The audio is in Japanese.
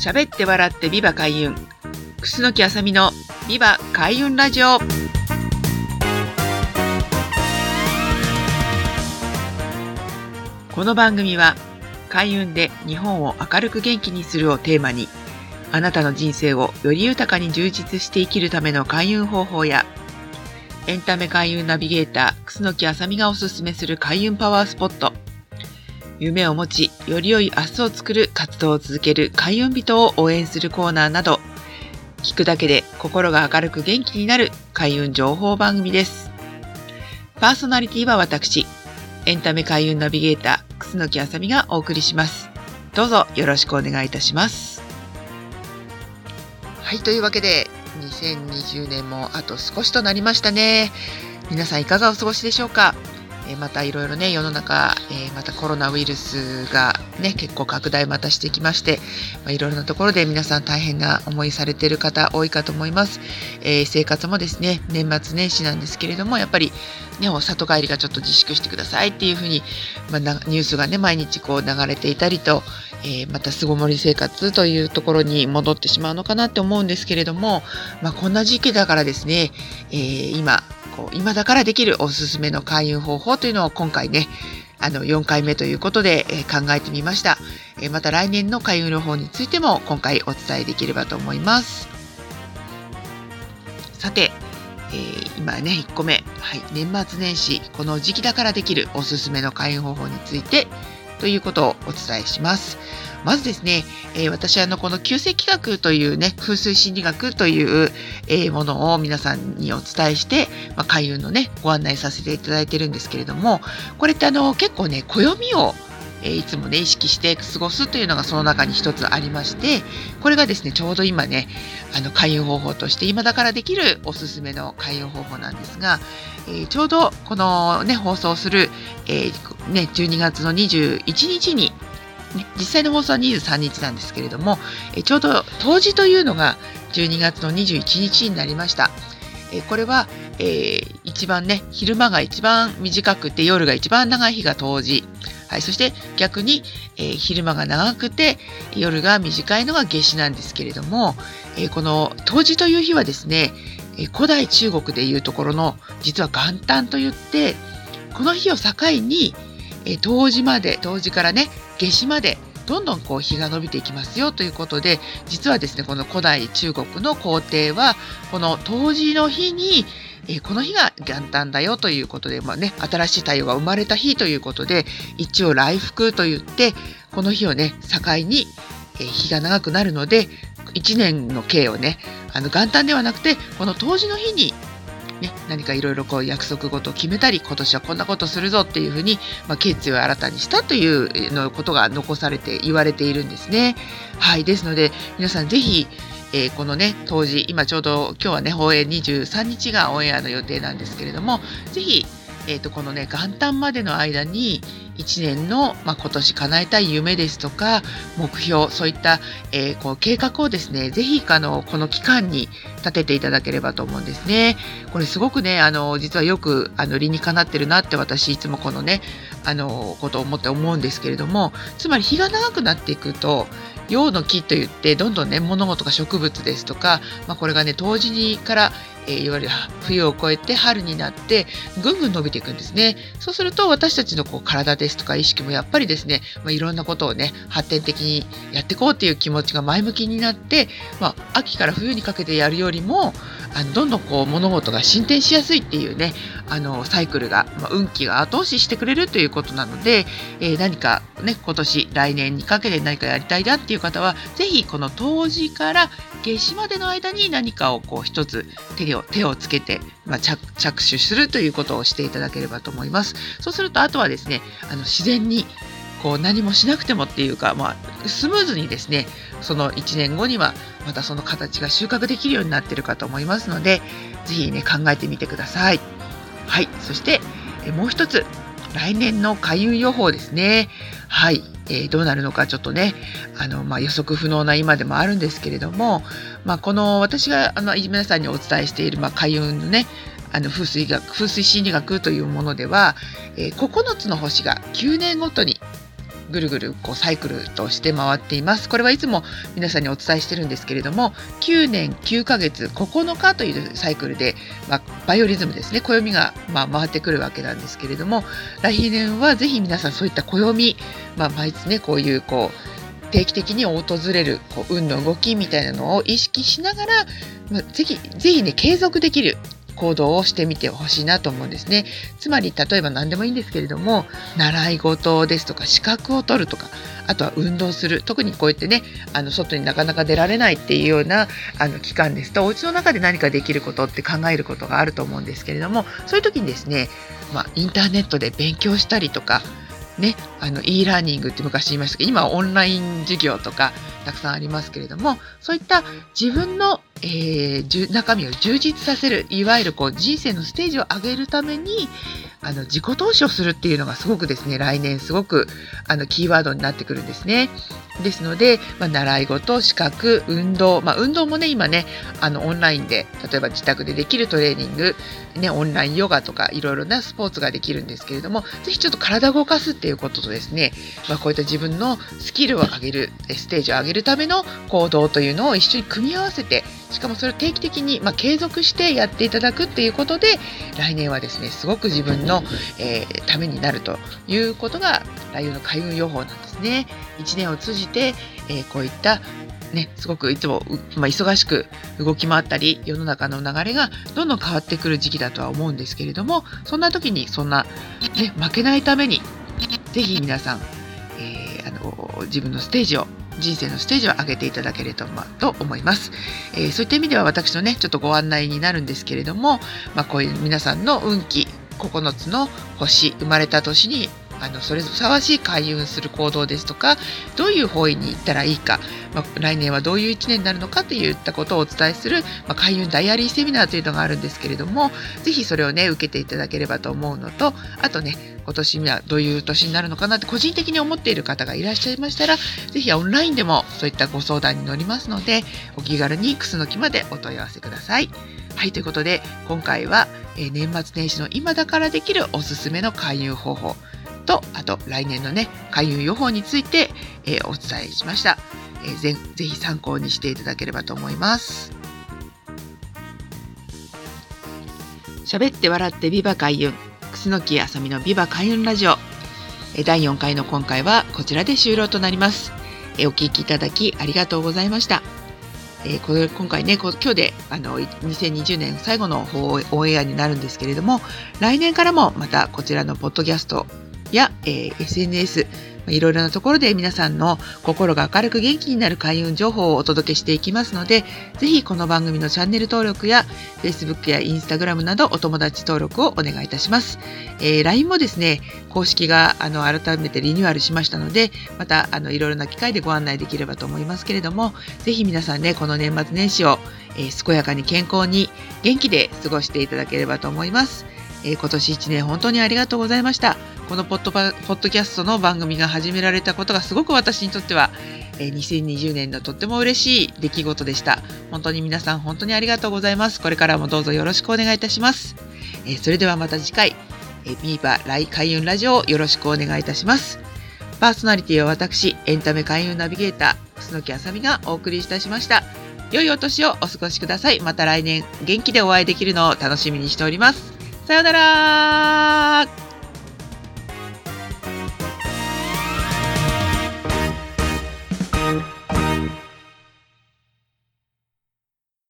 喋って笑ってビバ開運、楠木あさみのビバ開運ラジオ。この番組は開運で日本を明るく元気にするをテーマに、あなたの人生をより豊かに充実して生きるための開運方法や、エンタメ開運ナビゲーター楠木あさみがおすすめする開運パワースポット、夢を持ちより良い明日を作る活動を続ける開運人を応援するコーナーなど、聞くだけで心が明るく元気になる開運情報番組です。パーソナリティは私、エンタメ開運ナビゲーター楠木あさみがお送りします。どうぞよろしくお願いいたします。はい、というわけで2020年もあと少しとなりましたね。皆さんいかがお過ごしでしょうか。またいろいろね、世の中、またコロナウイルスがね、結構拡大またしてきまして、いろいろなところで皆さん大変な思いされている方多いかと思います。生活もですね、年末年始なんですけれども、やっぱりね、お里帰りがちょっと自粛してくださいっていうふうに、ニュースがね、毎日こう流れていたりと、また巣ごもり生活というところに戻ってしまうのかなって思うんですけれども、こんな時期だからですね、今だからできるおすすめの開運方法というのを今回ね、4回目ということで、考えてみました。また来年の開運療法についても今回お伝えできればと思います。さて、今ね、1個目、年末年始、この時期だからできるおすすめの開運方法についてということをお伝えします。まずですね、私はこの九星気学というね、風水心理学という、ものを皆さんにお伝えして、開運のね、ご案内させていただいてるんですけれども、これって結構ね、暦をいつもね、意識して過ごすというのがその中に一つありまして、これがですね、ちょうど今ね、開運方法として今だからできるおすすめの開運方法なんですが、ちょうどこのね、放送する、12月の21日に、実際の放送は23日なんですけれども、ちょうど冬至というのが12月の21日になりました。これは、一番ね、昼間が一番短くて夜が一番長い日が冬至。そして逆に、昼間が長くて夜が短いのが夏至なんですけれども、この冬至という日はですね、古代中国でいうところの実は元旦といって、この日を境に冬至からね、夏至までどんどんこう日が伸びていきますよということで、実はですね、この古代中国の皇帝はこの冬至の日に、この日が元旦だよということで、新しい太陽が生まれた日ということで、一応来福といって、この日をね境に、日が長くなるので、1年の計をね、元旦ではなくてこの冬至の日に何かいろいろ約束事を決めたり、今年はこんなことするぞっていうふうに、決意を新たにしたというのことが残されて言われているんですね。ですので皆さんぜひ、このね冬至、今ちょうど今日はね放映23日がオンエアの予定なんですけれども、ぜひ、このね元旦までの間に1年の、今年叶えたい夢ですとか目標、そういった、計画をですね、ぜひこの期間に立てていただければと思うんですね。これすごくね、実はよく理にかなってるなって私いつもこのねことを思うんですけれども、つまり日が長くなっていくと陽の木といってどんどんね物事が植物ですとか、これがね冬至からいわゆる冬を越えて春になってぐんぐん伸びていくんですね。そうすると私たちの体ですとか意識もやっぱりですね、いろんなことをね発展的にやっていこうっていう気持ちが前向きになって、秋から冬にかけてやるよりもどんどん物事が進展しやすいっていうねサイクルが、運気が後押ししてくれるということなので、何かね今年来年にかけて何かやりたいなっていう方は、ぜひこの冬至から夏至までの間に何かを一つ手をつけて、着手するということをしていただければと思います。そうするとあとはですね、自然に何もしなくてもっていうか、スムーズにですね、その1年後にはまたその形が収穫できるようになっているかと思いますので、ぜひね考えてみてください。そしてもう一つ、来年の開運予報ですね。どうなるのかちょっとね予測不能な今でもあるんですけれども、この私が皆さんにお伝えしている、開運のね風水心理学というものでは、9つの星が9年ごとにぐるぐるこうサイクルとして回っています。これはいつも皆さんにお伝えしてるんですけれども、9年9ヶ月9日というサイクルで、バイオリズムですね、暦が回ってくるわけなんですけれども、来年はぜひ皆さんそういった暦、毎月ねこういう定期的に訪れる運の動きみたいなのを意識しながら、ぜひね継続できる行動をしてみてほしいなと思うんですね。つまり例えば何でもいいんですけれども、習い事ですとか資格を取るとか、あとは運動する、特にこうやってね外になかなか出られないっていうような期間ですと、お家の中で何かできることって考えることがあると思うんですけれども、そういう時にですね、インターネットで勉強したりとかね、e ラーニングって昔言いましたけど、今はオンライン授業とかたくさんありますけれども、そういった自分の、中身を充実させる、いわゆる人生のステージを上げるために自己投資をするっていうのがすごくですね、来年すごくキーワードになってくるんですね。ですので、習い事、資格、運動、運動もね今ねオンラインで例えば自宅でできるトレーニング、オンラインヨガとかいろいろなスポーツができるんですけれども、ぜひちょっと体を動かすっていうこととですね、こういった自分のスキルを上げる、ステージを上げるための行動というのを一緒に組み合わせて、しかもそれを定期的に、継続してやっていただくっていうことで、来年はですねすごく自分の、ためになるということが来年の開運予報なんですね。1年を通じて、こういったすごくいつも、忙しく動き回ったり、世の中の流れがどんどん変わってくる時期だとは思うんですけれども、そんな時にそんな、負けないためにぜひ皆さん、自分のステージを、人生のステージを上げていただければと思います。そういった意味では私のねちょっとご案内になるんですけれども、こういう皆さんの運気、9つの星、生まれた年にそれにふさわしい開運する行動ですとか、どういう方位に行ったらいいか、来年はどういう1年になるのかといったことをお伝えする、開運ダイアリーセミナーというのがあるんですけれども、ぜひそれをね受けていただければと思うのと、あとね今年はどういう年になるのかなって個人的に思っている方がいらっしゃいましたら、ぜひオンラインでもそういったご相談に乗りますので、お気軽にクスノキまでお問い合わせください。はい、ということで今回は、年末年始の今だからできるおすすめの開運方法と、あと来年のね開運予報について、お伝えしました。ぜひ参考にしていただければと思います。喋って笑ってビバ開運、楠木あさみのビバ開運ラジオ、第4回の今回はこちらで終了となります。お聞きいただきありがとうございました。今回ね今日で2020年最後のオンエアになるんですけれども、来年からもまたこちらのポッドキャストや、SNS、いろいろなところで皆さんの心が明るく元気になる開運情報をお届けしていきますので、ぜひこの番組のチャンネル登録や Facebook や Instagram などお友達登録をお願いいたします。LINE もですね公式が改めてリニューアルしましたので、またいろいろな機会でご案内できればと思いますけれども、ぜひ皆さんねこの年末年始を、健やかに健康に元気で過ごしていただければと思います。今年1年本当にありがとうございました。このポッドキャストの番組が始められたことがすごく私にとっては、2020年のとっても嬉しい出来事でした。本当に皆さん本当にありがとうございます。これからもどうぞよろしくお願いいたします。それではまた次回、ビーバー開運ラジオをよろしくお願いいたします。パーソナリティは私、エンタメ開運ナビゲーター、楠木あさみがお送りいたしました。良いお年をお過ごしください。また来年元気でお会いできるのを楽しみにしております。さようなら。